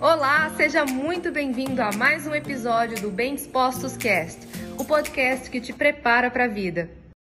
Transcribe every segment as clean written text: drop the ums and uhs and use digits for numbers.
Olá, seja muito bem-vindo a mais um episódio do Bem Dispostos Cast, o podcast que te prepara para a vida.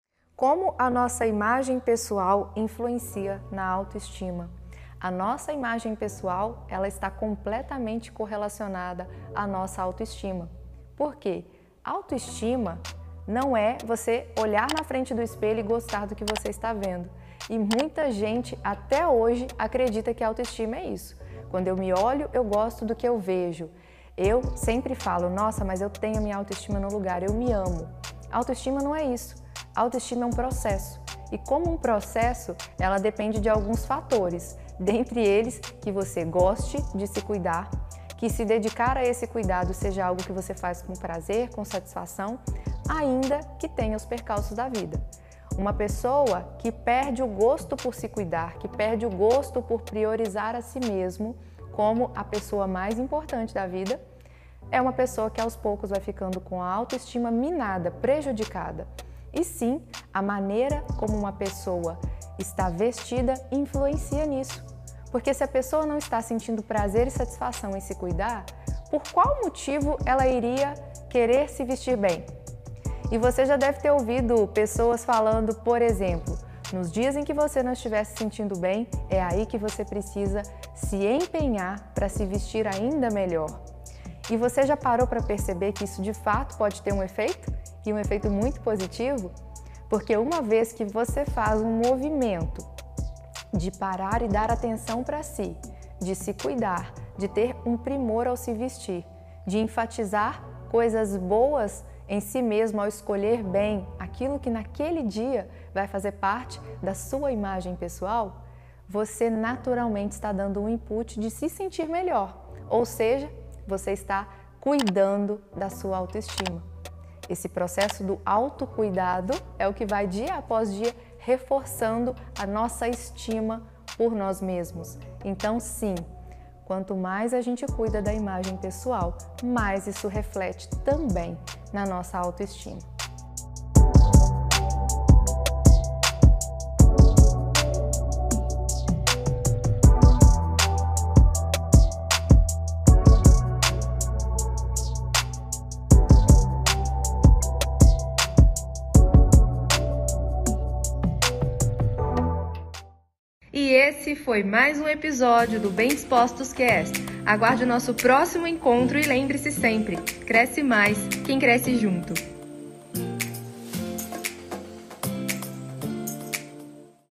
Como a nossa imagem pessoal influencia na autoestima? A nossa imagem pessoal, ela está completamente correlacionada à nossa autoestima. Por quê? Autoestima não é você olhar na frente do espelho e gostar do que você está vendo. E muita gente até hoje acredita que a autoestima é isso. Quando eu me olho, eu gosto do que eu vejo. Eu sempre falo, nossa, mas eu tenho a minha autoestima no lugar, eu me amo. Autoestima não é isso. Autoestima é um processo. E como um processo, ela depende de alguns fatores. Dentre eles, que você goste de se cuidar, que se dedicar a esse cuidado seja algo que você faz com prazer, com satisfação, ainda que tenha os percalços da vida. Uma pessoa que perde o gosto por se cuidar, que perde o gosto por priorizar a si mesmo como a pessoa mais importante da vida, é uma pessoa que aos poucos vai ficando com a autoestima minada, prejudicada. E sim, a maneira como uma pessoa está vestida influencia nisso. Porque se a pessoa não está sentindo prazer e satisfação em se cuidar, por qual motivo ela iria querer se vestir bem? E você já deve ter ouvido pessoas falando, por exemplo, nos dias em que você não estiver se sentindo bem, é aí que você precisa se empenhar para se vestir ainda melhor. E você já parou para perceber que isso de fato pode ter um efeito? E um efeito muito positivo? Porque uma vez que você faz um movimento de parar e dar atenção para si, de se cuidar, de ter um primor ao se vestir, de enfatizar coisas boas em si mesmo ao escolher bem aquilo que naquele dia vai fazer parte da sua imagem pessoal, você naturalmente está dando um input de se sentir melhor, ou seja, você está cuidando da sua autoestima. Esse processo do autocuidado é o que vai dia após dia reforçando a nossa estima por nós mesmos. Então, sim, quanto mais a gente cuida da imagem pessoal, mais isso reflete também na nossa autoestima. E esse foi mais um episódio do Bem Dispostos Cast. Aguarde o nosso próximo encontro e lembre-se sempre, cresce mais quem cresce junto.